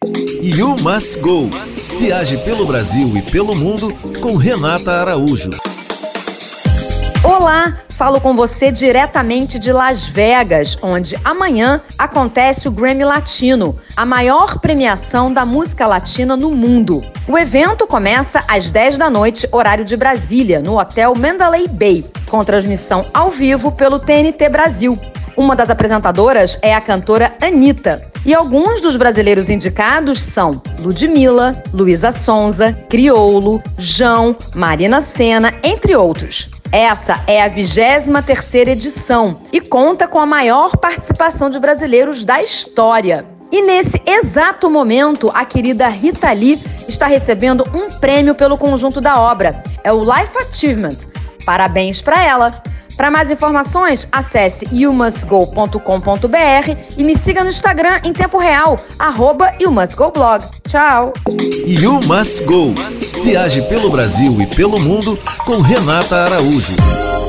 You Must Go. Viaje pelo Brasil e pelo mundo com Renata Araújo. Olá, falo com você diretamente de Las Vegas, onde amanhã acontece o Grammy Latino, a maior premiação da música latina no mundo. O evento começa às 10 da noite, horário de Brasília, no Hotel Mandalay Bay, com transmissão ao vivo pelo TNT Brasil. Uma das apresentadoras é a cantora Anitta. E alguns dos brasileiros indicados são Ludmilla, Luísa Sonza, Criolo, Jão, Marina Sena, entre outros. Essa é a 23ª edição e conta com a maior participação de brasileiros da história. E nesse exato momento, a querida Rita Lee está recebendo um prêmio pelo conjunto da obra. É o Life Achievement. Parabéns para ela! Para mais informações, acesse youmustgo.com.br e me siga no Instagram em tempo real, @youmustgoblog. Tchau! You Must Go. Viaje pelo Brasil e pelo mundo com Renata Araújo.